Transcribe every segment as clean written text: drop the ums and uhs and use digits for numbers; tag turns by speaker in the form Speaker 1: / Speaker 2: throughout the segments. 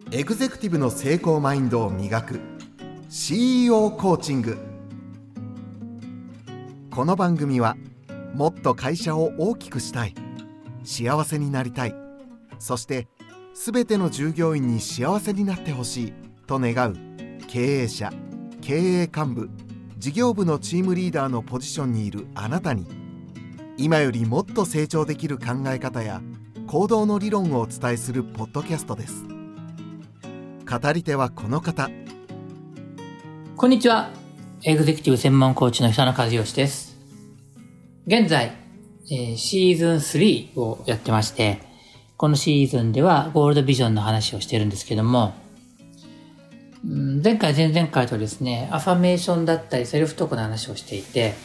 Speaker 1: エグゼクティブの成功マインドを磨く CEO コーチング。この番組はもっと会社を大きくしたい、幸せになりたい、そして全ての従業員に幸せになってほしいと願う経営者、経営幹部、事業部のチームリーダーのポジションにいるあなたに、今よりもっと成長できる考え方や行動の理論をお伝えするポッドキャストです。語り手はこの方。
Speaker 2: こんにちは。エグゼクティブ専門コーチの久野和義です。現在、シーズン3をやってまして、このシーズンではゴールドビジョンの話をしてるんですけども、前回前々回とですね、アファメーションだったりセルフトークの話をしていて、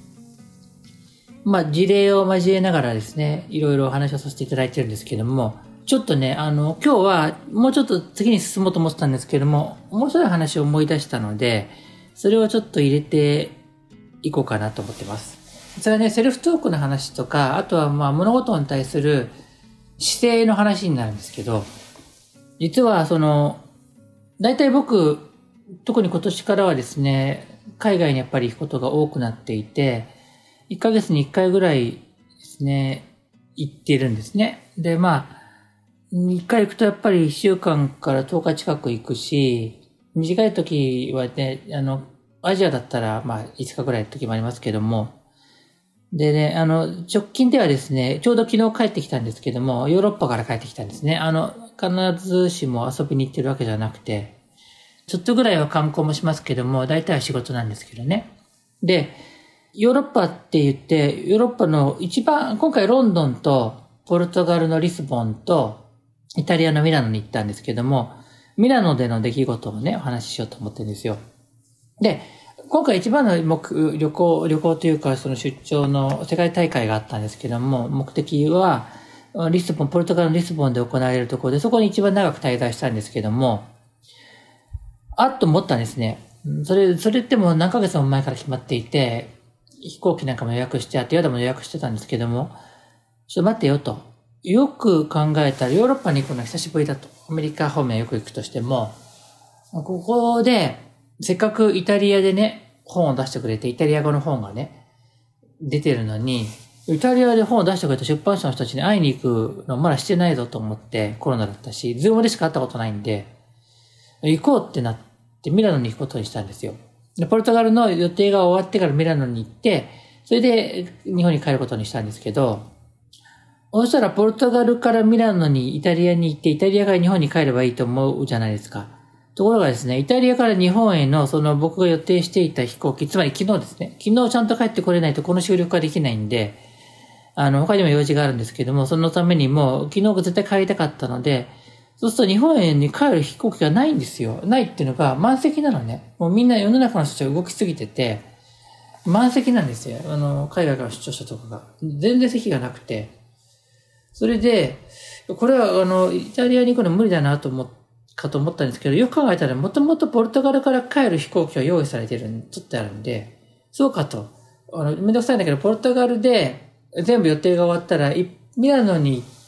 Speaker 2: 事例を交えながらですね、いろいろお話をさせていただいてるんですけども、ちょっとね、今日はもうちょっと次に進もうと思ってたんですけども、面白い話を思い出したので、それをちょっと入れていこうかなと思ってます。それはね、セルフトークの話とか、あとは物事に対する姿勢の話になるんですけど、実は大体僕、特に今年からはですね、海外にやっぱり行くことが多くなっていて、1ヶ月に1回ぐらいですね、行っているんですね。で、1回行くとやっぱり1週間から10日近く行くし、短い時はね、アジアだったら5日ぐらいの時もありますけども、でね、直近ではですね、ちょうど昨日帰ってきたんですけども、ヨーロッパから帰ってきたんですね。必ずしも遊びに行ってるわけじゃなくて、ちょっとぐらいは観光もしますけども、大体は仕事なんですけどね。で、ヨーロッパって言って、ヨーロッパの今回ロンドンとポルトガルのリスボンとイタリアのミラノに行ったんですけども、ミラノでの出来事をね、お話ししようと思ってるんですよ。で、今回一番の旅行というか、その出張の世界大会があったんですけども、目的は、ポルトガルのリスボンで行われるところで、そこに一番長く滞在したんですけども、と思ったんですね。それってもう何ヶ月も前から決まっていて、飛行機なんかも予約してあって、宿も予約してたんですけども、ちょっと待ってよと。よく考えたらヨーロッパに行くのは久しぶりだと。アメリカ方面よく行くとしても、ここで、せっかくイタリアでね、本を出してくれて、イタリア語の本がね、出てるのに、イタリアで本を出してくれた出版社の人たちに会いに行くのまだしてないぞと思って、コロナだったし、ズームでしか会ったことないんで、行こうってなってミラノに行くことにしたんですよ。でポルトガルの予定が終わってからミラノに行って、それで日本に帰ることにしたんですけど、そしたらポルトガルからミラノにイタリアに行って、イタリアから日本に帰ればいいと思うじゃないですか。ところがですね、イタリアから日本への僕が予定していた飛行機、つまり昨日ですね、昨日ちゃんと帰ってこれないとこの収録ができないんで、他にも用事があるんですけども、そのためにも昨日絶対帰りたかったので、そうすると日本へに帰る飛行機がないんですよ。ないっていうのが満席なのね。もうみんな世の中の人たちが動きすぎてて、満席なんですよ。海外から出張者とかが。全然席がなくて。それで、これはイタリアに行くの無理だなと思ったんですけど、よく考えたらもともとポルトガルから帰る飛行機が用意されて取ってあるんで、そうかと。めんどくさいんだけど、ポルトガルで全部予定が終わったら、ミラノに行って、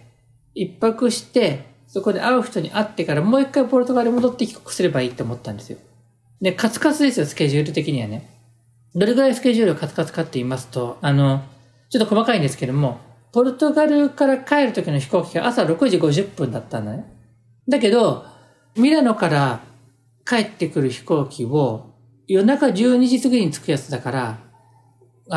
Speaker 2: 一泊して、そこで会う人に会ってからもう一回ポルトガルに戻って帰国すればいいと思ったんですよ。で、カツカツですよ、スケジュール的にはね。どれぐらいスケジュールがカツカツかって言いますと、ちょっと細かいんですけども、ポルトガルから帰る時の飛行機が朝6時50分だったんだね。だけど、ミラノから帰ってくる飛行機を夜中12時過ぎに着くやつだから、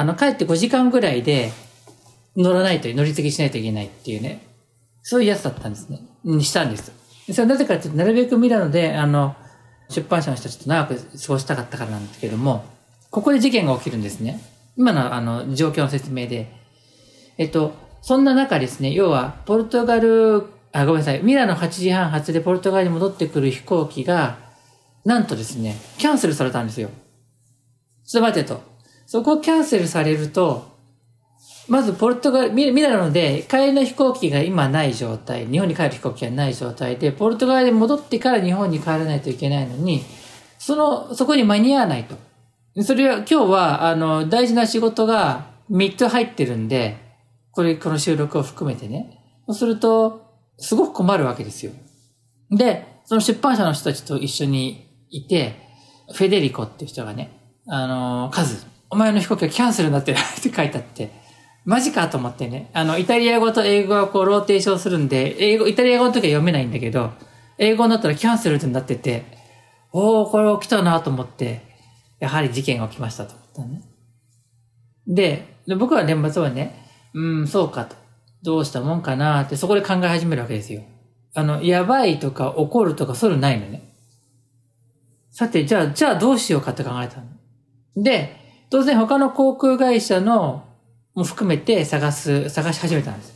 Speaker 2: 帰って5時間ぐらいで乗り継ぎしないといけないっていうね。そういうやつだったんですね。にしたんです。それはなぜかというと、なるべくミラノで、出版社の人たちと長く過ごしたかったからなんですけども、ここで事件が起きるんですね。今の状況の説明で。そんな中ですね、要は、ごめんなさい、ミラノ8時半発でポルトガルに戻ってくる飛行機が、なんとですね、キャンセルされたんですよ。ちょっと待ってと。そこをキャンセルされると、まずミラノで帰りの飛行機が今ない状態、日本に帰る飛行機がない状態で、ポルトガルに戻ってから日本に帰らないといけないのに、そこに間に合わないと。それは今日は、大事な仕事が3つ入ってるんで、この収録を含めてね。そうすると、すごく困るわけですよ。 で、その出版社の人たちと一緒にいて、フェデリコっていう人がね、カズ、お前の飛行機がキャンセルになってるって書いてあって、マジかと思ってね、イタリア語と英語がこうローテーションするんで、イタリア語の時は読めないんだけど、英語になったらキャンセルってなってて、これ起きたなと思って、やはり事件が起きましたと思ったね。で、僕は年末はね、そうかと。どうしたもんかなって、そこで考え始めるわけですよ。やばいとか怒るとかそういうのないのね。さて、じゃあどうしようかって考えたの。で、当然他の航空会社のも含めて探し始めたんです。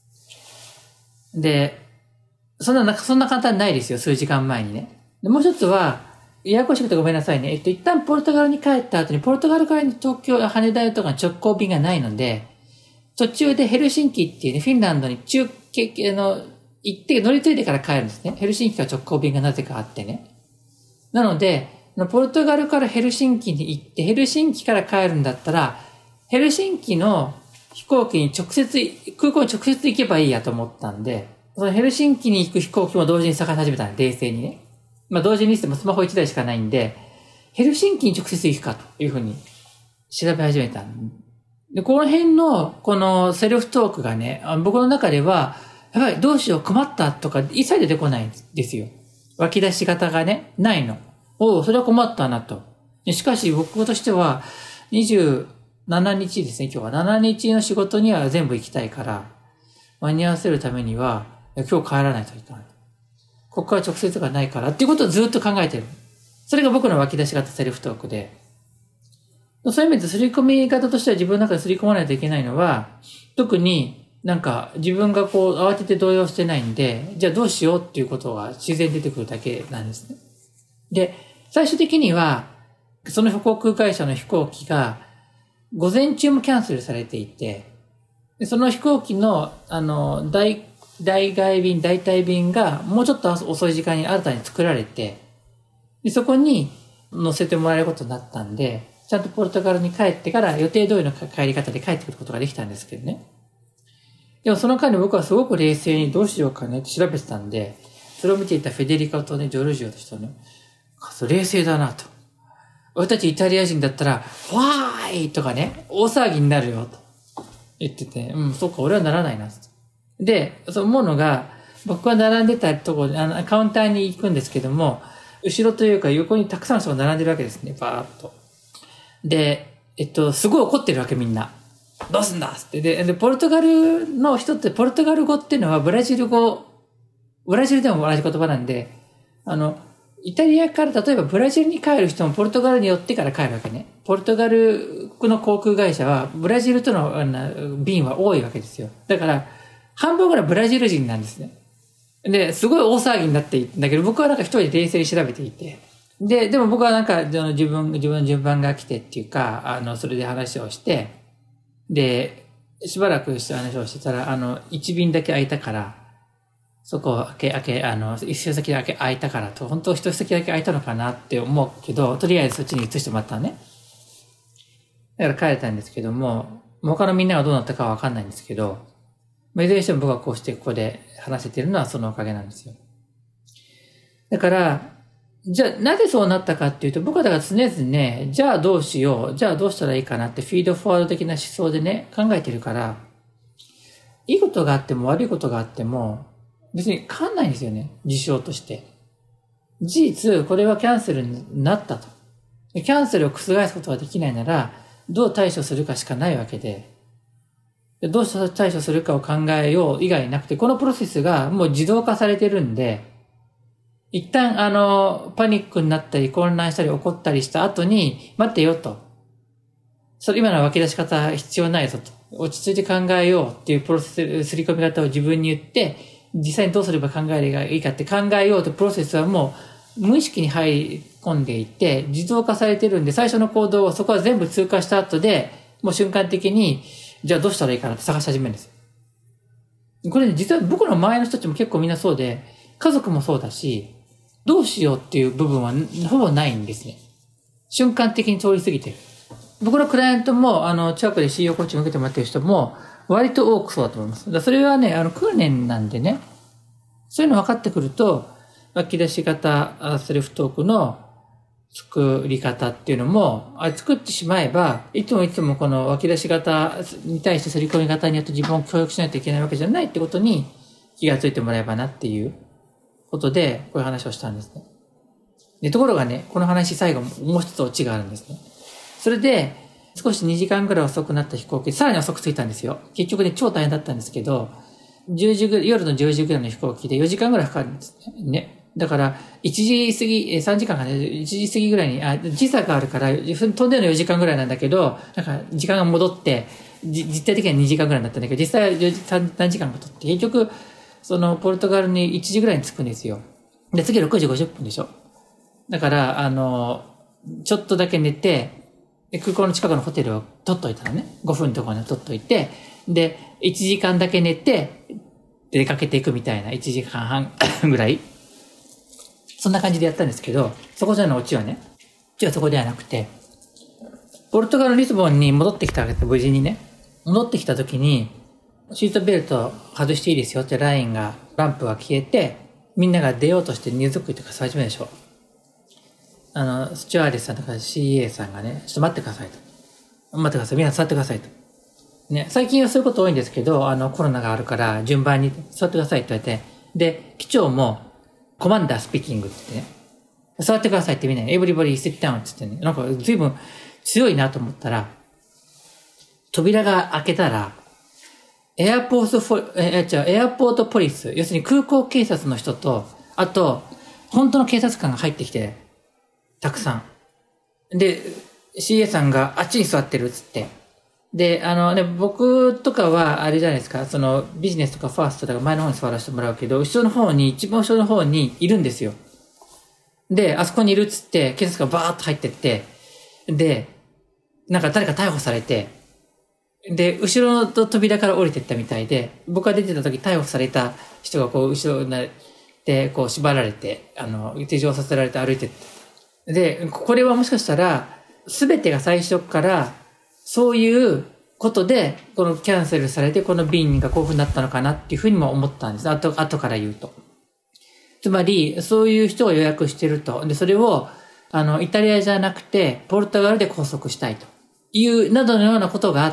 Speaker 2: で、そんな簡単ないですよ、数時間前にね。でもう一つは、ややこしくてごめんなさいね。一旦ポルトガルに帰った後に、ポルトガルから東京、羽田とか直行便がないので、途中でヘルシンキっていうね、フィンランドに行って乗り継いでから帰るんですね。ヘルシンキから直行便がなぜかあってね。なので、ポルトガルからヘルシンキに行って、ヘルシンキから帰るんだったら、ヘルシンキの飛行機に空港に直接行けばいいやと思ったんで、そのヘルシンキに行く飛行機も同時に探し始めたんで、冷静にね。同時にしてもスマホ1台しかないんで、ヘルシンキに直接行くかというふうに調べ始めた。で、この辺の、このセルフトークがね、僕の中では、やばい、どうしよう、困ったとか、一切出てこないんですよ。湧き出し方がね、ないの。それは困ったなと。しかし、僕としては、27日ですね、今日は。7日の仕事には全部行きたいから、間に合わせるためには、今日帰らないといけない。ここから直接がないからっていうことをずっと考えてる。それが僕の湧き出し型セルフトークで。そういう意味で刷り込み方としては自分の中で刷り込まないといけないのは、特になんか自分がこう慌てて動揺してないんで、じゃあどうしようっていうことが自然に出てくるだけなんですね。で、最終的には、その航空会社の飛行機が午前中もキャンセルされていて、その飛行機の代替便がもうちょっと遅い時間に新たに作られて、でそこに乗せてもらえることになったんで、ちゃんとポルトガルに帰ってから予定通りの帰り方で帰ってくることができたんですけどね。でもその間に僕はすごく冷静にどうしようかねって調べてたんで、それを見ていたフェデリカとね、ジョルジオとしてね、冷静だなと。俺たちイタリア人だったら、わーいとかね、大騒ぎになるよと言ってて、そうか、俺はならないなと。で、そう思うのが、僕が並んでたところで、カウンターに行くんですけども、後ろというか横にたくさんの人が並んでるわけですね、バーっと。で、すごい怒ってるわけみんな。どうすんだって。で、ポルトガルの人って、ポルトガル語っていうのはブラジルでも同じ言葉なんで、イタリアから例えばブラジルに帰る人もポルトガルに寄ってから帰るわけね。ポルトガルの航空会社はブラジルとの便は多いわけですよ。だから、半分ぐらいブラジル人なんですね。で、すごい大騒ぎになっていったんだけど、僕はなんか一人で冷静に調べていて。でも僕はなんか、自分の順番が来てっていうか、それで話をして、で、しばらく話をしてたら、一便だけ空いたから、そこを一周先だけ空いたからと、本当一席だけ空いたのかなって思うけど、とりあえずそっちに移してもらったのね。だから帰れたんですけども、他のみんながどうなったかはわかんないんですけど、いずれにしても僕がこうしてここで話せているのはそのおかげなんですよ。だから、じゃあなぜそうなったかっていうと、僕はだから常々ね、じゃあどうしよう、じゃあどうしたらいいかなってフィードフォワード的な思想でね、考えてるから、いいことがあっても悪いことがあっても、別に変わんないんですよね、事象として。事実、これはキャンセルになったと。キャンセルを覆すことができないなら、どう対処するかしかないわけで、どうして対処するかを考えよう以外なくて、このプロセスがもう自動化されてるんで、一旦パニックになったり混乱したり怒ったりした後に、待ってよと。今の湧き出し方必要ないぞと。落ち着いて考えようっていうプロセス、刷り込み方を自分に言って、実際にどうすれば考えればいいかって考えようというプロセスはもう無意識に入り込んでいて、自動化されてるんで、最初の行動をそこは全部通過した後で、もう瞬間的に、じゃあどうしたらいいかなって探し始めるんです。これね、実は僕の周りの人たちも結構みんなそうで、家族もそうだし、どうしようっていう部分はほぼないんですね。瞬間的に通り過ぎてる。僕のクライアントも、近くで CEO コーチング受けてもらってる人も、割と多くそうだと思います。それはね、訓練なんでね、そういうの分かってくると、 湧き出し型セルフトークの作り方っていうのも、作ってしまえば、いつもこの湧き出し型に対して刷り込み型によって自分を教育しないといけないわけじゃないってことに気がついてもらえばなっていうことで、こういう話をしたんですね。で、ところがね、この話最後もう一つオチがあるんですね。それで、少し2時間ぐらい遅くなった飛行機、さらに遅く着いたんですよ。結局ね、超大変だったんですけど、夜の10時ぐらいの飛行機で4時間ぐらいかかるんですね。だから、1時過ぎ、3時間かね、1時過ぎぐらいに、時差があるから、飛んでるの4時間ぐらいなんだけど、なんか時間が戻って、実態的には2時間ぐらいになったんだけど、実際は3時間かとって、結局、ポルトガルに1時ぐらいに着くんですよ。で、次6時50分でしょ。だから、ちょっとだけ寝て、空港の近くのホテルを取っといたのね。5分のところに取っといて、で、1時間だけ寝て、出かけていくみたいな、1時間半ぐらい。そんな感じでやったんですけど、そこじゃのオチはね、そこではなくて、ポルトガルのリスボンに戻ってきたわけです、無事にね。戻ってきた時に、シートベルト外していいですよってランプが消えて、みんなが出ようとして荷造りとかし始めるでしょ。スチュワーデスさんとか CA さんがね、ちょっと待ってくださいと。待ってください。みんな座ってくださいと。ね、最近はそういうこと多いんですけど、コロナがあるから順番に座ってくださいって言われて、で、機長も、コマンダースピーキングって言ってね、座ってくださいってみんなに、エブリボディsit down って言ってね、なんか随分強いなと思ったら、扉が開けたら、エアポートポリス、要するに空港警察の人と、あと、本当の警察官が入ってきて、たくさん。で、CA さんがあっちに座ってるっつって。で、僕とかは、あれじゃないですか、ビジネスとかファーストとか前の方に座らせてもらうけど、一番後ろの方にいるんですよ。で、あそこにいるっつって、警察がバーッと入ってって、で、なんか誰か逮捕されて、で、後ろの扉から降りてったみたいで、僕が出てた時逮捕された人がこう、後ろで、こう縛られて、手錠させられて歩いてって。で、これはもしかしたら、すべてが最初から、そういうことで、このキャンセルされて、この便がこういう風になったのかなっていうふうにも思ったんです。後から言うと。つまり、そういう人を予約してると。で、それを、イタリアじゃなくて、ポルトガルで拘束したいという、などのようなことがあって、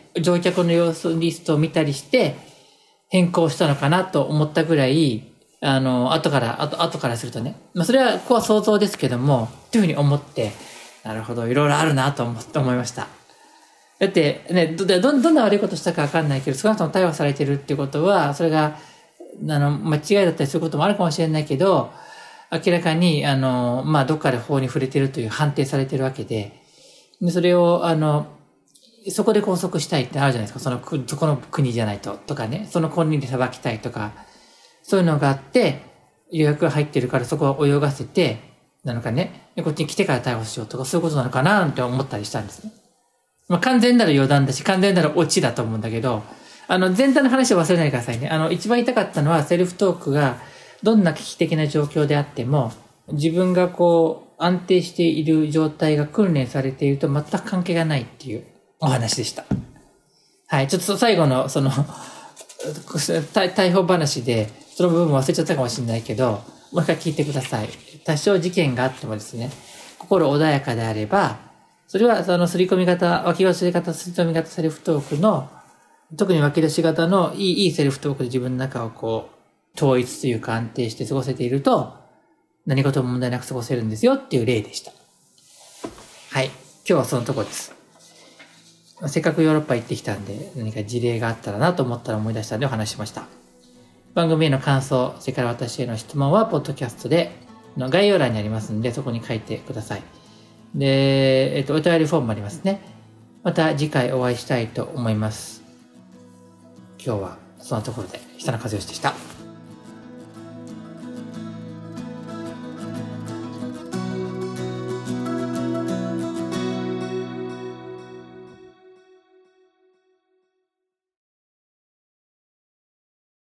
Speaker 2: 乗客の様子リストを見たりして、変更したのかなと思ったぐらい、後からするとね。まあ、それは、こうは想像ですけども、というふうに思って、なるほど、いろいろあるなと思いました。だってね、どんな悪いことしたかわかんないけど、少なくとも逮捕されてるっていうことは、それが、間違いだったりすることもあるかもしれないけど、明らかに、どっかで法に触れてるという判定されてるわけで、それを、そこで拘束したいってあるじゃないですか。そこの国じゃないと、とかね、その国で裁きたいとか、そういうのがあって、予約が入ってるからそこを泳がせて、なのかね、こっちに来てから逮捕しようとか、そういうことなのかなって思ったりしたんですね。まあ、完全なる余談だし、完全なるオチだと思うんだけど、全体の話を忘れないでくださいね。一番言いたかったのは、セルフトークが、どんな危機的な状況であっても、自分がこう、安定している状態が訓練されていると全く関係がないっていうお話でした。はい、ちょっと最後の、逮捕話で、その部分忘れちゃったかもしれないけど、もう一回聞いてください。多少事件があってもですね、心穏やかであれば、それは刷り込み型、湧き出し型、刷り込み型セルフトークの、特に湧き出し型のいいセルフトークで自分の中をこう、統一というか安定して過ごせていると、何事も問題なく過ごせるんですよっていう例でした。はい。今日はそのところです。せっかくヨーロッパ行ってきたんで、何か事例があったらなと思ったら思い出したんでお話ししました。番組への感想、それから私への質問は、ポッドキャストで、概要欄にありますんで、そこに書いてください。で、お便りフォームもありますね。また次回お会いしたいと思います。今日はそのところで、久野和義でした。